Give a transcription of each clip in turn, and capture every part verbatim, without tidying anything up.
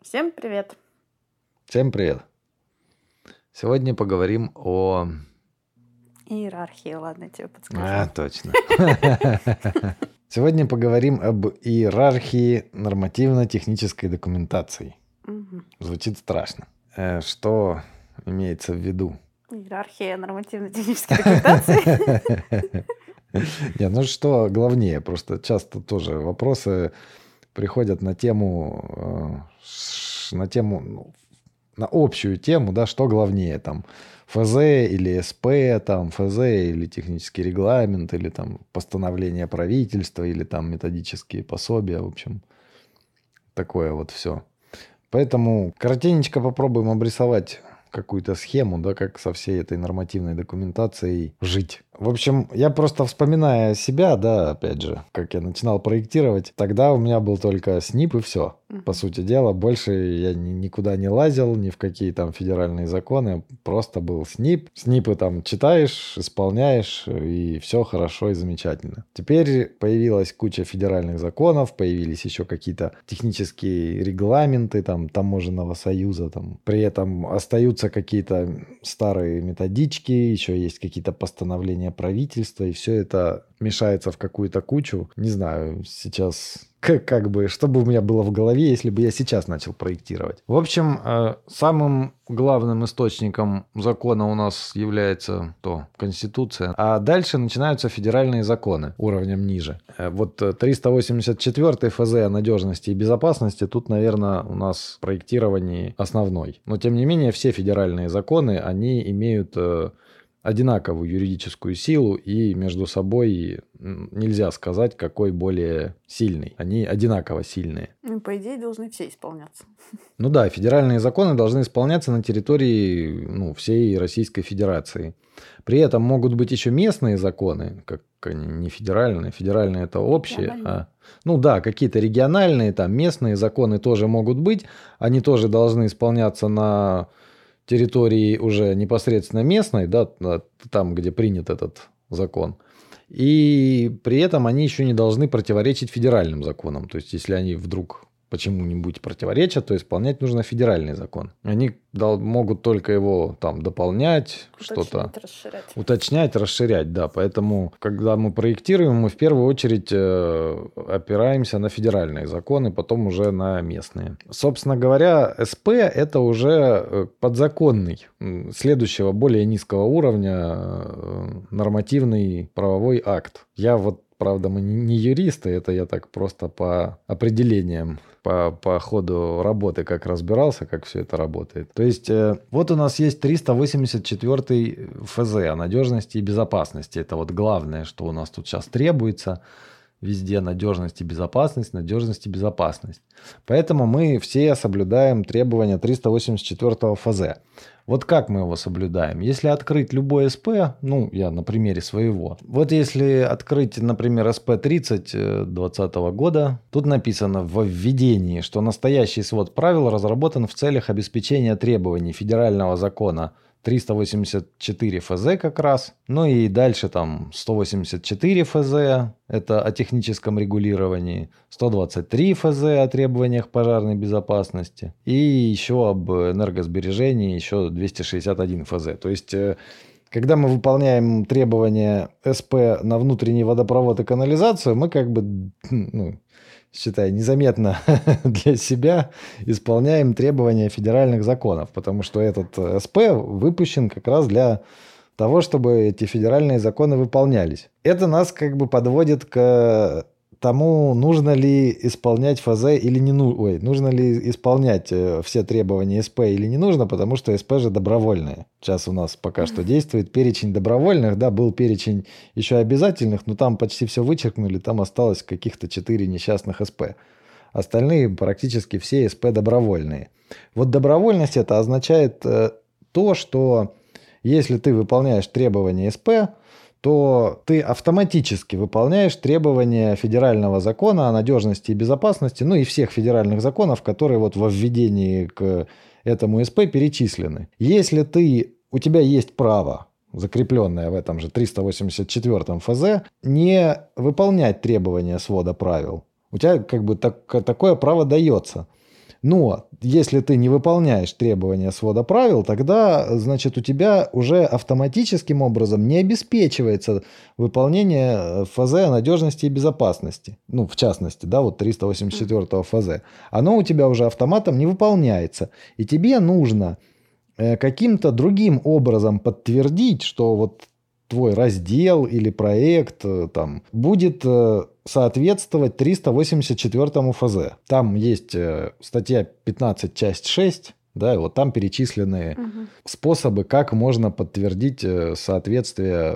Всем привет! Всем привет! Сегодня поговорим о... Иерархия, ладно, я тебе подскажу. А, точно. Сегодня поговорим об иерархии нормативно-технической документации. Мгм. Звучит страшно. Э, Что имеется в виду? Иерархия нормативно-технической документации. Не, ну что главнее? Просто часто тоже вопросы приходят на тему, э, ш- на тему, ну, на общую тему, да, что главнее, там, ФЗ или СП, там, ФЗ или технический регламент, или там постановление правительства, или там методические пособия, в общем, такое вот все. Поэтому коротенечко попробуем обрисовать какую-то схему, да, как со всей этой нормативной документацией жить. В общем, я просто вспоминая себя, да, опять же, как я начинал проектировать, тогда у меня был только СНИП и все. По Мгм. сути дела, больше я ни- никуда не лазил, ни в какие там федеральные законы, просто был СНИП. СНИПы там читаешь, исполняешь, и все хорошо и замечательно. Теперь появилась куча федеральных законов, появились еще какие-то технические регламенты там таможенного союза, там. При этом остаются какие-то старые методички, еще есть какие-то постановления правительства, и все это мешается в какую-то кучу. Не знаю, сейчас как, как бы, что бы у меня было в голове, если бы я сейчас начал проектировать. В общем, э, самым главным источником закона у нас является то Конституция, а дальше начинаются федеральные законы уровнем ниже. Э, Вот э, триста восемьдесят четвёртый ФЗ о надежности и безопасности тут, наверное, у нас в проектировании основной. Но тем не менее, все федеральные законы, они имеют э, одинаковую юридическую силу, и между собой м, нельзя сказать, какой более сильный. Они одинаково сильные. Ну, по идее, должны все исполняться. Ну да, федеральные законы должны исполняться на территории, ну, всей Российской Федерации. При этом могут быть еще местные законы, как они не федеральные. Федеральные это общие. Региональные. А, ну да, какие-то региональные, там местные законы тоже могут быть. Они тоже должны исполняться на территории уже непосредственно местной, да, на- там, где принят этот закон. И при этом они еще не должны противоречить федеральным законам. То есть, если они вдруг почему-нибудь противоречат, то исполнять нужно федеральный закон. Они дол- могут только его там дополнять, что-то Уточнять, расширять. уточнять, расширять, да. Поэтому, когда мы проектируем, мы в первую очередь э, опираемся на федеральные законы, потом уже на местные. Собственно говоря, СП это уже э, подзаконный, м, следующего более низкого уровня э, нормативный правовой акт. Я вот Правда, мы не не юристы, это я так просто по определениям, по, по ходу работы, как разбирался, как все это работает. То есть, э, вот у нас есть триста восемьдесят четвёртый ФЗ о надежности и безопасности. Это вот главное, что у нас тут сейчас требуется. Везде надежность и безопасность, надежность и безопасность. Поэтому мы все соблюдаем требования триста восемьдесят четвёртого ФЗ. Вот как мы его соблюдаем? Если открыть любой СП, ну, я на примере своего. Вот если открыть, например, СП тридцать двадцатого года, тут написано в введении, что настоящий свод правил разработан в целях обеспечения требований федерального закона триста восемьдесят четыре ФЗ как раз. Ну и дальше там сто восемьдесят четыре ФЗ, это о техническом регулировании, сто двадцать три ФЗ о требованиях пожарной безопасности и еще об энергосбережении, еще двести шестьдесят один ФЗ. То есть, э, когда мы выполняем требования СП на внутренний водопровод и канализацию, мы как бы, ну, считай, незаметно для себя исполняем требования федеральных законов, потому что этот э, СП выпущен как раз для того, чтобы эти федеральные законы выполнялись. Это нас как бы подводит к тому, нужно ли исполнять ФЗ или не нужно, ой, нужно ли исполнять э, все требования СП или не нужно, потому что СП же добровольные. Сейчас у нас пока что действует перечень добровольных, да, был перечень еще обязательных, но там почти все вычеркнули, там осталось каких-то четыре несчастных СП. Остальные практически все СП добровольные. Вот добровольность это означает э, то, что если ты выполняешь требования СП, то ты автоматически выполняешь требования федерального закона о надежности и безопасности, ну и всех федеральных законов, которые вот во введении к этому СП перечислены. Если ты, у тебя есть право, закрепленное в этом же триста восемьдесят четвёртом ФЗ, не выполнять требования свода правил, у тебя как бы так, такое право дается. Но если ты не выполняешь требования свода правил, тогда, значит, у тебя уже автоматическим образом не обеспечивается выполнение эф зэ о надежности и безопасности. Ну, в частности, да, вот триста восемьдесят четвёртого эф зэ. Оно у тебя уже автоматом не выполняется. И тебе нужно каким-то другим образом подтвердить, что вот твой раздел или проект там, будет соответствовать триста восемьдесят четвёртому эф зэ. Там есть статья пятнадцать, часть шесть, да, и вот там перечислены угу. способы, как можно подтвердить соответствие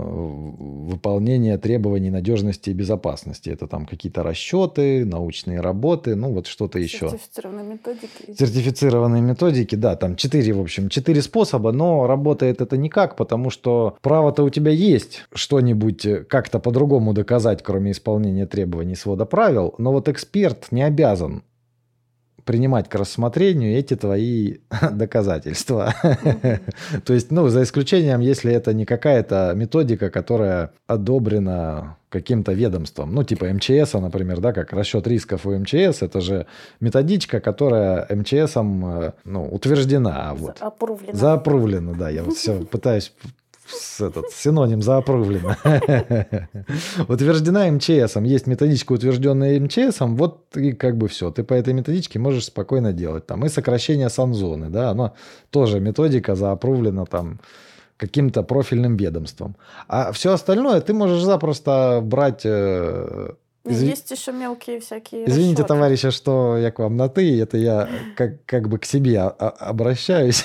выполнения требований надежности и безопасности. Это там какие-то расчеты, научные работы, ну вот что-то еще. Сертифицированные методики. Сертифицированные методики, да, там четыре, в общем, четыре способа, но работает это никак, потому что право-то у тебя есть что-нибудь как-то по-другому доказать, кроме исполнения требований свода правил, но вот эксперт не обязан принимать к рассмотрению эти твои доказательства. Mm-hmm. То есть, ну, за исключением, если это не какая-то методика, которая одобрена каким-то ведомством. Ну, типа эм че эс, например, да, как расчет рисков у эм че эс. Это же методичка, которая эм че эсом, ну, утверждена. Вот. Заапрувлена. Заапрувлена, да. Я вот все пытаюсь... Этот синоним заапрувлено. Утверждена эм че эсом. Есть методичка, утвержденная эм че эсом. Вот и как бы все. Ты по этой методичке можешь спокойно делать. Там и сокращение сан-зоны. Да, оно тоже методика заапрувлена там каким-то профильным ведомством. А все остальное ты можешь запросто брать... Изв... Есть еще мелкие всякие Извините, расчеты. Товарищи, что я к вам на «ты». Это я как, как бы к себе обращаюсь.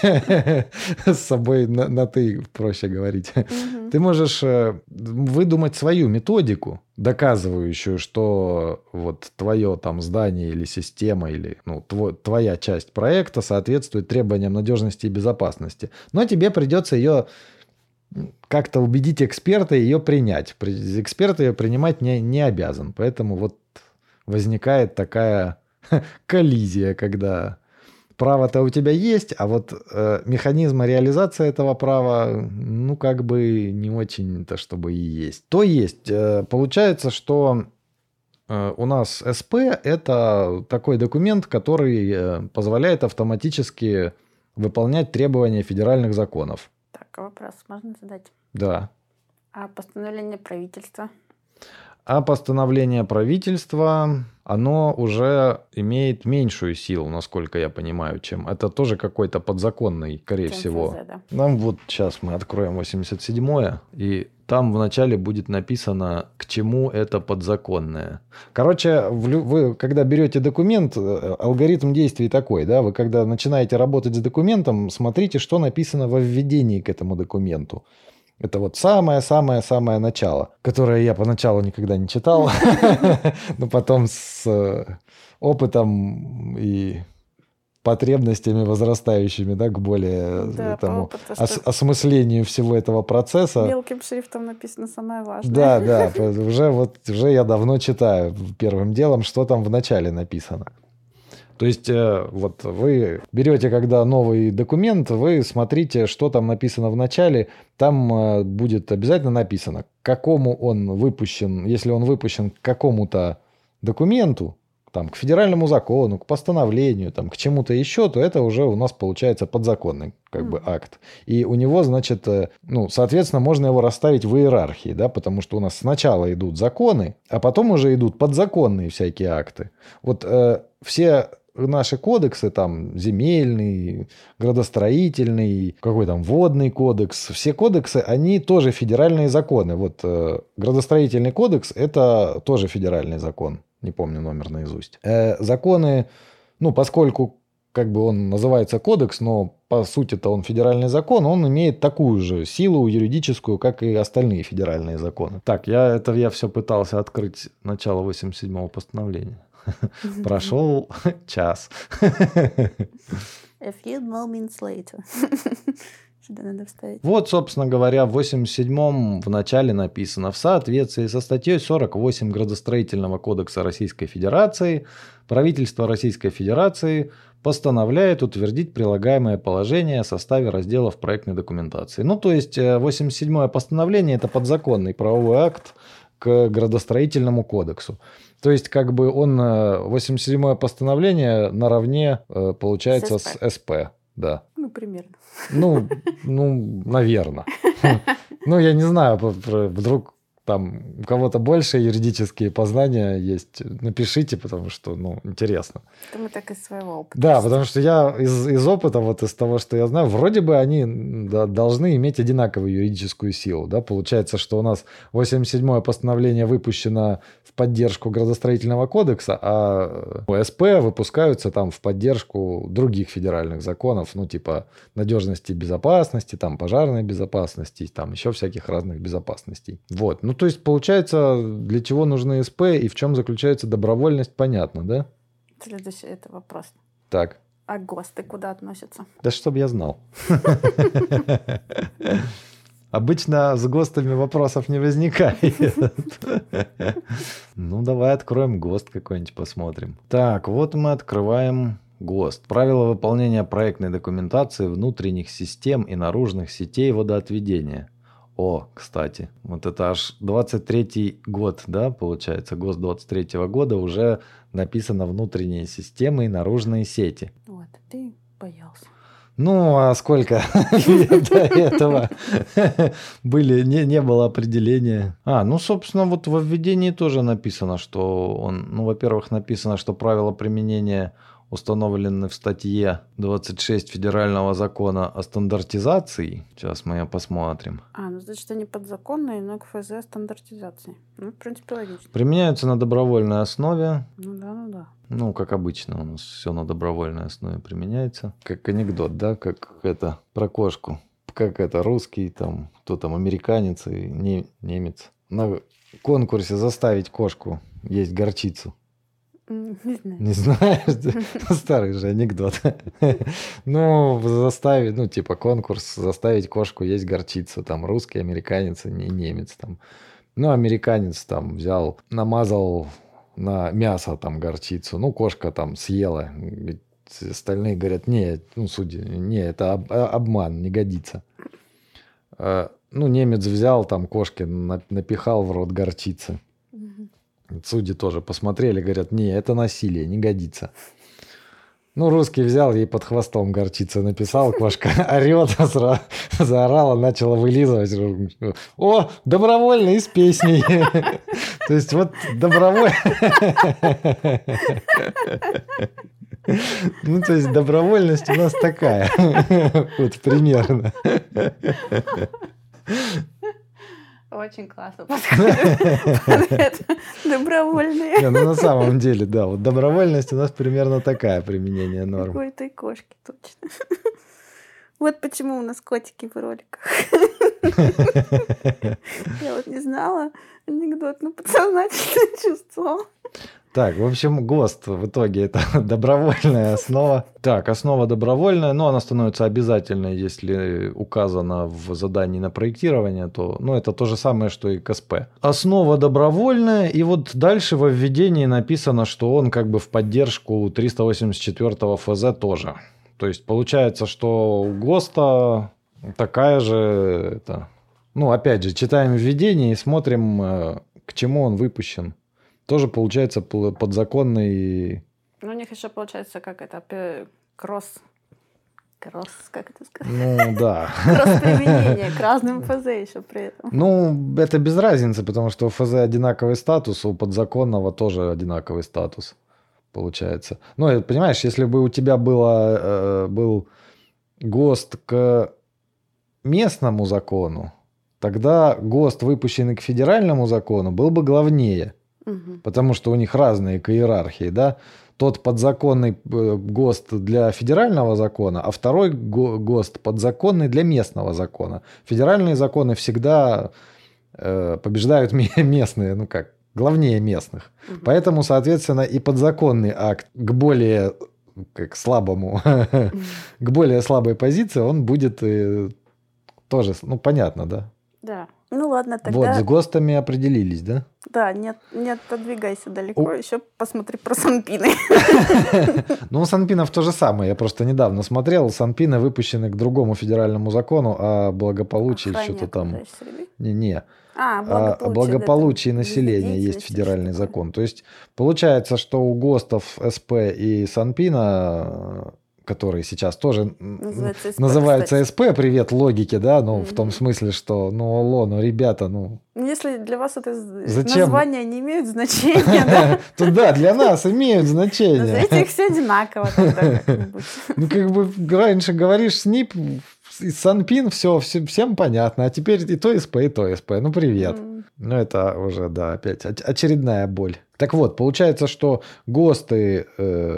С собой на, на «ты» проще говорить. Угу. Ты можешь выдумать свою методику, доказывающую, что вот твое там здание или система, или ну, твой, твоя часть проекта соответствует требованиям надежности и безопасности. Но тебе придется ее... как-то убедить эксперта ее принять. Эксперт ее принимать не, не обязан. Поэтому вот возникает такая коллизия, когда право-то у тебя есть, а вот э, механизма реализации этого права, ну, как бы не очень-то, чтобы и есть. То есть, э, получается, что э, у нас эс пэ – это такой документ, который э, позволяет автоматически выполнять требования федеральных законов. Так, вопрос можно задать? Да. А постановление правительства? А постановление правительства, оно уже имеет меньшую силу, насколько я понимаю, чем... Это тоже какой-то подзаконный, скорее чем всего. эф зэ, да. Нам вот сейчас мы откроем восемьдесят седьмое, и там вначале будет написано, к чему это подзаконное. Короче, вы, когда берете документ, алгоритм действий такой, да, вы когда начинаете работать с документом, смотрите, что написано во введении к этому документу. Это вот самое-самое-самое начало, которое я поначалу никогда не читал, но потом с опытом и потребностями возрастающими, да, к более да, тому, опыту, ос- осмыслению всего этого процесса. Мелким шрифтом написано самое важное. Да, да, уже вот уже я давно читаю первым делом, что там в начале написано. То есть вот вы берете, когда новый документ, вы смотрите, что там написано в начале. Там будет обязательно написано, к какому он выпущен, если он выпущен к какому-то документу, там, к федеральному закону, к постановлению, там, к чему-то еще, то это уже у нас получается подзаконный как бы, акт. И у него, значит, ну, соответственно, можно его расставить в иерархии, да, потому что у нас сначала идут законы, а потом уже идут подзаконные всякие акты. Вот э, все... Наши кодексы, там, земельный, градостроительный, какой там, водный кодекс, все кодексы, они тоже федеральные законы. Вот э, градостроительный кодекс – это тоже федеральный закон. Не помню номер наизусть. Э, законы, ну, поскольку как бы он называется кодекс, но по сути-то он федеральный закон, он имеет такую же силу юридическую, как и остальные федеральные законы. Так, я, это я все пытался открыть начало восемьдесят седьмого постановления. Прошел час. A few moments later. Сюда надо вставить. Вот, собственно говоря, в восемьдесят седьмом в начале написано: в соответствии со статьей сорок восемь Градостроительного кодекса Российской Федерации правительство Российской Федерации постановляет утвердить прилагаемое положение о составе разделов проектной документации. Ну, то есть восемьдесят седьмое постановление – это подзаконный правовой акт, к градостроительному кодексу. То есть, как бы он, восемьдесят седьмое постановление наравне, получается, с, с СП. Да. Ну, примерно. Ну, ну, наверное. Ну, я не знаю, вдруг там у кого-то больше юридические познания есть, напишите, потому что, ну, интересно. Это мы так из своего опыта. Да, потому что я из, из опыта, вот из того, что я знаю, вроде бы они да, должны иметь одинаковую юридическую силу. Да? Получается, что у нас восемьдесят седьмое постановление выпущено в поддержку градостроительного кодекса, а СП выпускаются там в поддержку других федеральных законов, ну, типа надежности и безопасности, там, пожарной безопасности, там, еще всяких разных безопасностей. Вот. Ну, то есть, получается, для чего нужны СП и в чем заключается добровольность, понятно, да? Следующий это вопрос. Так. А ГОСТы куда относятся? Да чтоб я знал. Обычно с ГОСТами вопросов не возникает. Ну, давай откроем ГОСТ какой-нибудь, посмотрим. Так, вот мы открываем ГОСТ. Правила выполнения проектной документации внутренних систем и наружных сетей водоотведения. О, кстати, вот это аж двадцать третий год, да, получается, ГОСТ двадцать третьего года уже написано внутренние системы и наружные сети. Вот, ты боялся. Ну, а сколько лет до этого были, не, не было определения. А, ну, собственно, вот во введении тоже написано, что он, ну, во-первых, написано, что правила применения установлены в статье двадцать шесть Федерального закона о стандартизации. Сейчас мы ее посмотрим. А, ну значит, они подзаконные, но к ФЗ стандартизации. Ну, в принципе, логично. Применяются на добровольной основе. Ну да, ну да. Ну, как обычно, у нас все на добровольной основе применяется. Как анекдот, да, как это про кошку. Как это русский, там, кто там, американец и не, немец. На конкурсе заставить кошку есть горчицу. Не знаю. Не знаешь? Старый же анекдот. Ну, заставить, ну, типа конкурс, заставить кошку есть горчицу. Там русский, американец и немец. Там. Ну, американец там взял, намазал на мясо там горчицу. Ну, кошка там съела. Остальные говорят, не, ну, судьи, не, это об, обман, не годится. Ну, немец взял там кошке, напихал в рот горчицы. Судьи тоже посмотрели, говорят, не, это насилие, не годится. Ну, русский взял, ей под хвостом горчицы написал, кошка орет, заорала, начала вылизывать. О, добровольно и с песней. То есть вот добровольно. Ну, то есть добровольность у нас такая. Вот примерно. Очень классно подходит. Добровольные. Не, ну на самом деле, да, вот добровольность у нас примерно такая, применение норм. Какой ты кошки, точно. Вот почему у нас котики в роликах. Я вот не знала анекдот, но подсознательно чувствовала. Так, в общем, ГОСТ в итоге это добровольная основа. Так, основа добровольная, но она становится обязательной, если указано в задании на проектирование, то ну, это то же самое, что и КСП. Основа добровольная, и вот дальше во введении написано, что он как бы в поддержку триста восемьдесят четвёртого ФЗ тоже. То есть получается, что у ГОСТа такая же, это, ну опять же, читаем введение и смотрим, к чему он выпущен. Тоже получается подзаконный... Ну, у них еще получается, как это, кросс... Кросс, как это сказать? Ну, да. Кросс-применение к разным ФЗ еще при этом. Ну, это без разницы, потому что у ФЗ одинаковый статус, у подзаконного тоже одинаковый статус получается. Ну, понимаешь, если бы у тебя было, был ГОСТ к местному закону, тогда ГОСТ, выпущенный к федеральному закону, был бы главнее. Угу. Потому что у них разные к иерархии, да. Тот подзаконный ГОСТ для федерального закона, а второй ГОСТ подзаконный для местного закона. Федеральные законы всегда э, побеждают местные, ну как, главнее местных. Угу. Поэтому, соответственно, и подзаконный акт к более как слабому, угу. к более слабой позиции, он будет э, тоже, ну понятно, да. Да. Ну ладно, тогда... Вот, с ГОСТами определились, да? Да, нет, не отодвигайся далеко, О... еще посмотри про санпины. Ну, у санпинов то же самое. Я просто недавно смотрел. Санпины выпущены к другому федеральному закону о благополучии, что-то там... Не-не. А, о благополучие, да, там, благополучии населения есть жизнедеятельности, что федеральный такое. закон. То есть получается, что у ГОСТов, СП и Санпина, которые сейчас тоже м, Называется СП, называются кстати. СП, привет логике, да, ну в том Мгм. смысле, что, ну алло, ну ребята, ну Ну, если для вас это з- зачем? названия не имеют значения, да, То да, для нас имеют значение. назовите их все одинаково тогда как-нибудь. Ну, как бы раньше говоришь СНИП, и Санпин, все, всем понятно. А теперь и то СП, и то СП. Ну, привет. М. Ну, это уже, да, опять оч- очередная боль. Так вот, получается, что ГОСТы, э,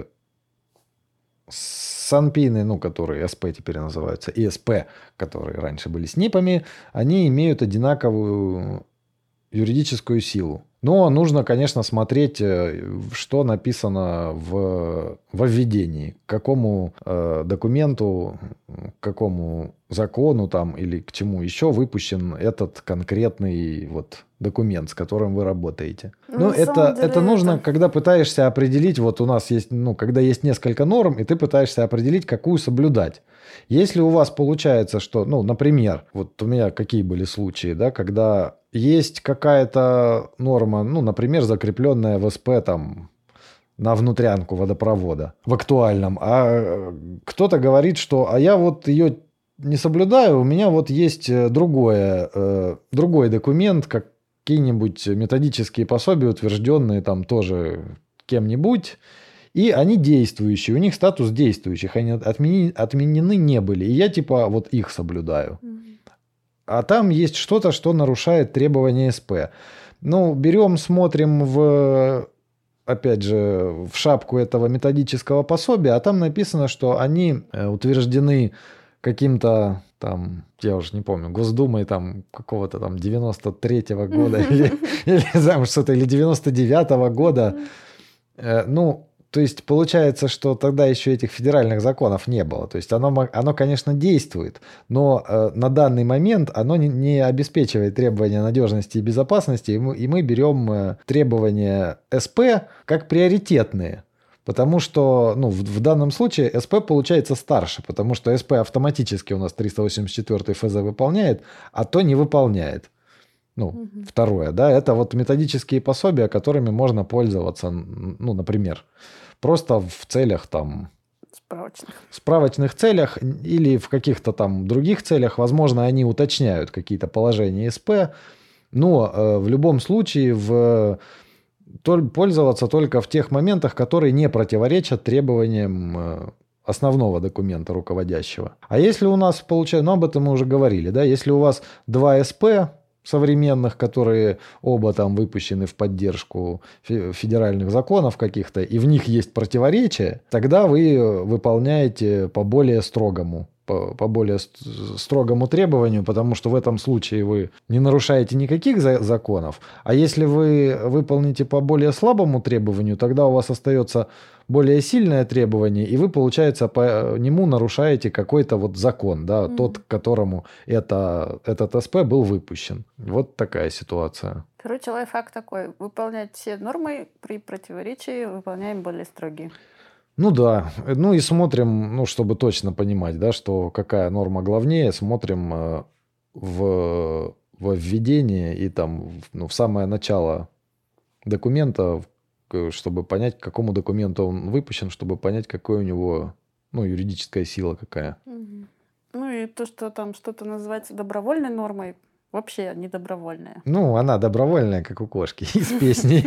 Санпины, ну, которые СП теперь называются, и СП, которые раньше были СНИПами, они имеют одинаковую юридическую силу. Но нужно, конечно, смотреть, э, что написано в, во введении, к какому э, документу, к какому закону там или к чему еще выпущен этот конкретный вот документ, с которым вы работаете. Ну, Ну, на самом это, это деле нужно, это... когда пытаешься определить, вот у нас есть, ну, когда есть несколько норм, и ты пытаешься определить, какую соблюдать. Если у вас получается, что, ну, например, вот у меня какие были случаи, да, когда есть какая-то норма, ну, например, закрепленная в СП там на внутрянку водопровода в актуальном, а э, кто-то говорит, что а я вот ее не соблюдаю, у меня вот есть э, другое, э, другой документ, какие-нибудь методические пособия, утвержденные там тоже кем-нибудь, и они действующие, у них статус действующих, они отмени- отменены не были. И я типа вот их соблюдаю. Мгм. А там есть что-то, что нарушает требования СП. Ну, берем, смотрим в, опять же, в шапку этого методического пособия, а там написано, что они э, утверждены каким-то там, я уже не помню, Госдумой там какого-то там девяносто третьего года или, или там что-то, или девяносто девятого года. Мгм. Э, Ну, то есть получается, что тогда еще этих федеральных законов не было. То есть оно, мо- оно конечно, действует, но э, на данный момент оно не, не обеспечивает требования надежности и безопасности, и мы, и мы берем э, требования СП как приоритетные. Потому что, ну, в, в данном случае СП получается старше, потому что СП автоматически у нас триста восемьдесят четыре ФЗ выполняет, а то не выполняет. Ну, Мгм. второе, да, это вот методические пособия, которыми можно пользоваться, н- ну, например, просто в целях там, Справочных. справочных целях н- или в каких-то там других целях, возможно, они уточняют какие-то положения СП, но э, в любом случае в, толь- пользоваться только в тех моментах, которые не противоречат требованиям э, основного документа руководящего. А если у нас получается, ну об этом мы уже говорили, да, если у вас два СП современных, которые оба там выпущены в поддержку фе- федеральных законов каких-то, и в них есть противоречия, тогда вы э, выполняете по более строгому по, по более ст- строгому требованию, потому что в этом случае вы не нарушаете никаких за- законов, а если вы выполните по более слабому требованию, тогда у вас остается более сильное требование, и вы, получается, по нему нарушаете какой-то вот закон, да, тот, Мгм. к которому это, этот СП был выпущен. Вот такая ситуация. Короче, лайфхак такой. Выполнять все нормы, при противоречии выполняем более строгие. Ну да, э, ну и смотрим, ну чтобы точно понимать, да, что какая норма главнее, смотрим э, в, во введение и там, в- ну, в самое начало документа, к- чтобы понять, к какому документу он выпущен, чтобы понять, какой у него, ну, юридическая сила какая. Мгм. Ну и то, что там что-то называется добровольной нормой, вообще не добровольная. Ну, она добровольная, как у кошки, из песни.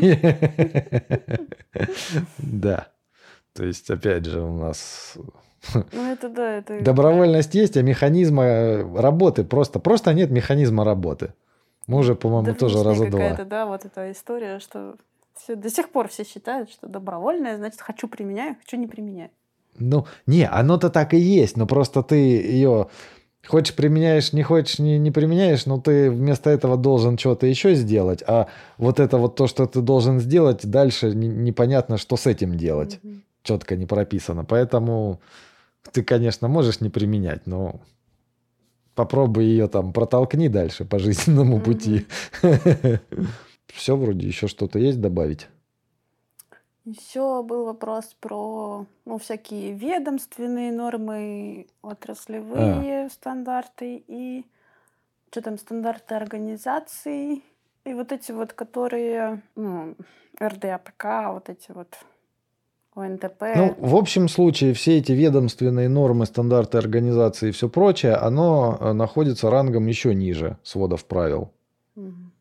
Да. То есть, опять же, у нас Ну это да, это добровольность есть, а механизма э, работы просто, просто нет механизма работы. Мы уже, по-моему, тоже давнишняя раза два. какая-то, да, вот эта история, что все, до сих пор все считают, что добровольное, значит, хочу применяю, хочу не применяю. Ну, не, оно-то так и есть, но просто ты ее хочешь применяешь, не хочешь, не, не применяешь, но ты вместо этого должен что-то еще сделать, а вот это вот то, что ты должен сделать, дальше не- непонятно, что с этим делать. Мгм. Четко не прописано. Поэтому ты, конечно, можешь не применять, но попробуй ее там протолкни дальше по жизненному пути. Все вроде еще что-то есть добавить. Еще был вопрос про, ну, всякие ведомственные нормы, А, отраслевые стандарты и что там, стандарты организаций, и вот эти вот, которые, ну, эр дэ а пэ ка, вот эти вот о эн тэ пэ. Ну, в общем случае, все эти ведомственные нормы, стандарты организации и все прочее, оно э, находится рангом еще ниже сводов правил. Мгм.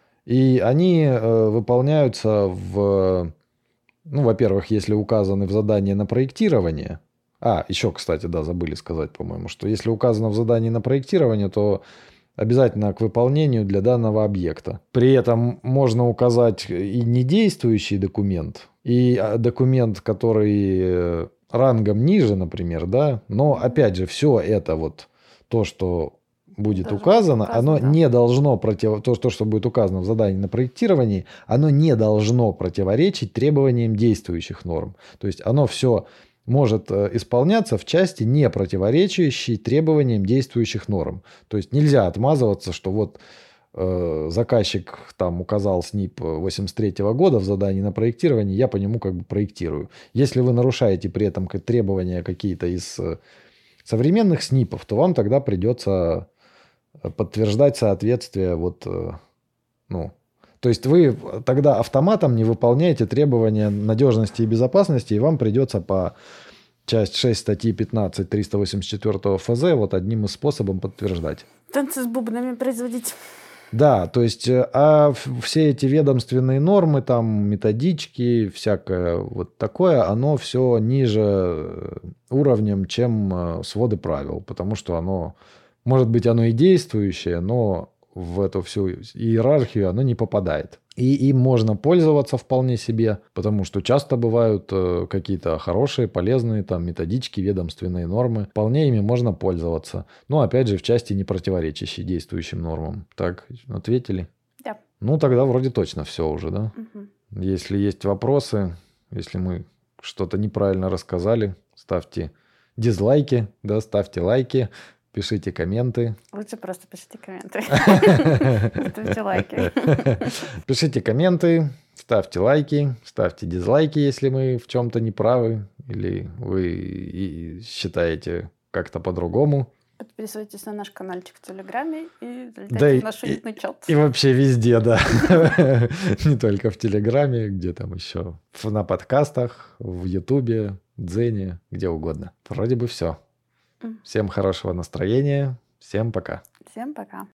И они э, выполняются в, ну, во-первых, если указаны в задании на проектирование. А, еще, кстати, да, забыли сказать, по-моему, что если указано в задании на проектирование, то обязательно к выполнению для данного объекта. При этом можно указать и недействующий документ, и а, документ, который э, рангом ниже, например, да, но опять же, все это вот то, что будет Должно быть указано, указано, оно да. не должно против... то, то, что будет указано в задании на проектировании, оно не должно противоречить требованиям действующих норм. То есть оно все может э, исполняться в части, не противоречащей требованиям действующих норм. То есть нельзя отмазываться, что вот э, заказчик там указал СНИП восемьдесят третьего года в задании на проектирование, я по нему как бы проектирую. Если вы нарушаете при этом как требования какие-то из э, современных СНИПов, то вам тогда придется подтверждать соответствие вот, э, ну, то есть вы тогда автоматом не выполняете требования надежности и безопасности, и вам придется по часть шесть статьи пятнадцать триста восемьдесят четыре эф зэ вот одним из способов подтверждать. Танцы с бубнами производить. Да, то есть, э, а в- все эти ведомственные нормы, там, методички, всякое вот такое, оно все ниже э, уровнем, чем э, своды правил, потому что оно, может быть, оно и действующее, но в эту всю иерархию оно не попадает. И им можно пользоваться вполне себе, потому что часто бывают э, какие-то хорошие, полезные там методички, ведомственные нормы. Вполне ими можно пользоваться. Но опять же в части не противоречащей действующим нормам. Так, ответили? Да. Ну тогда вроде точно все уже, да? Мгм. Если есть вопросы, если мы что-то неправильно рассказали, ставьте дизлайки, да, ставьте лайки, пишите комменты. Лучше просто пишите комменты. Ставьте лайки. Пишите комменты, ставьте лайки, ставьте дизлайки, если мы в чем-то не правы, или вы и считаете как-то по-другому. Подписывайтесь на наш каналчик в Телеграме и Да залетайте и, в наш и, уютный чат. и вообще везде, да. Не только в Телеграме, где там еще. На подкастах, в Ютубе, Дзене, где угодно. Вроде бы все. М. Всем хорошего настроения. Всем пока. Всем пока.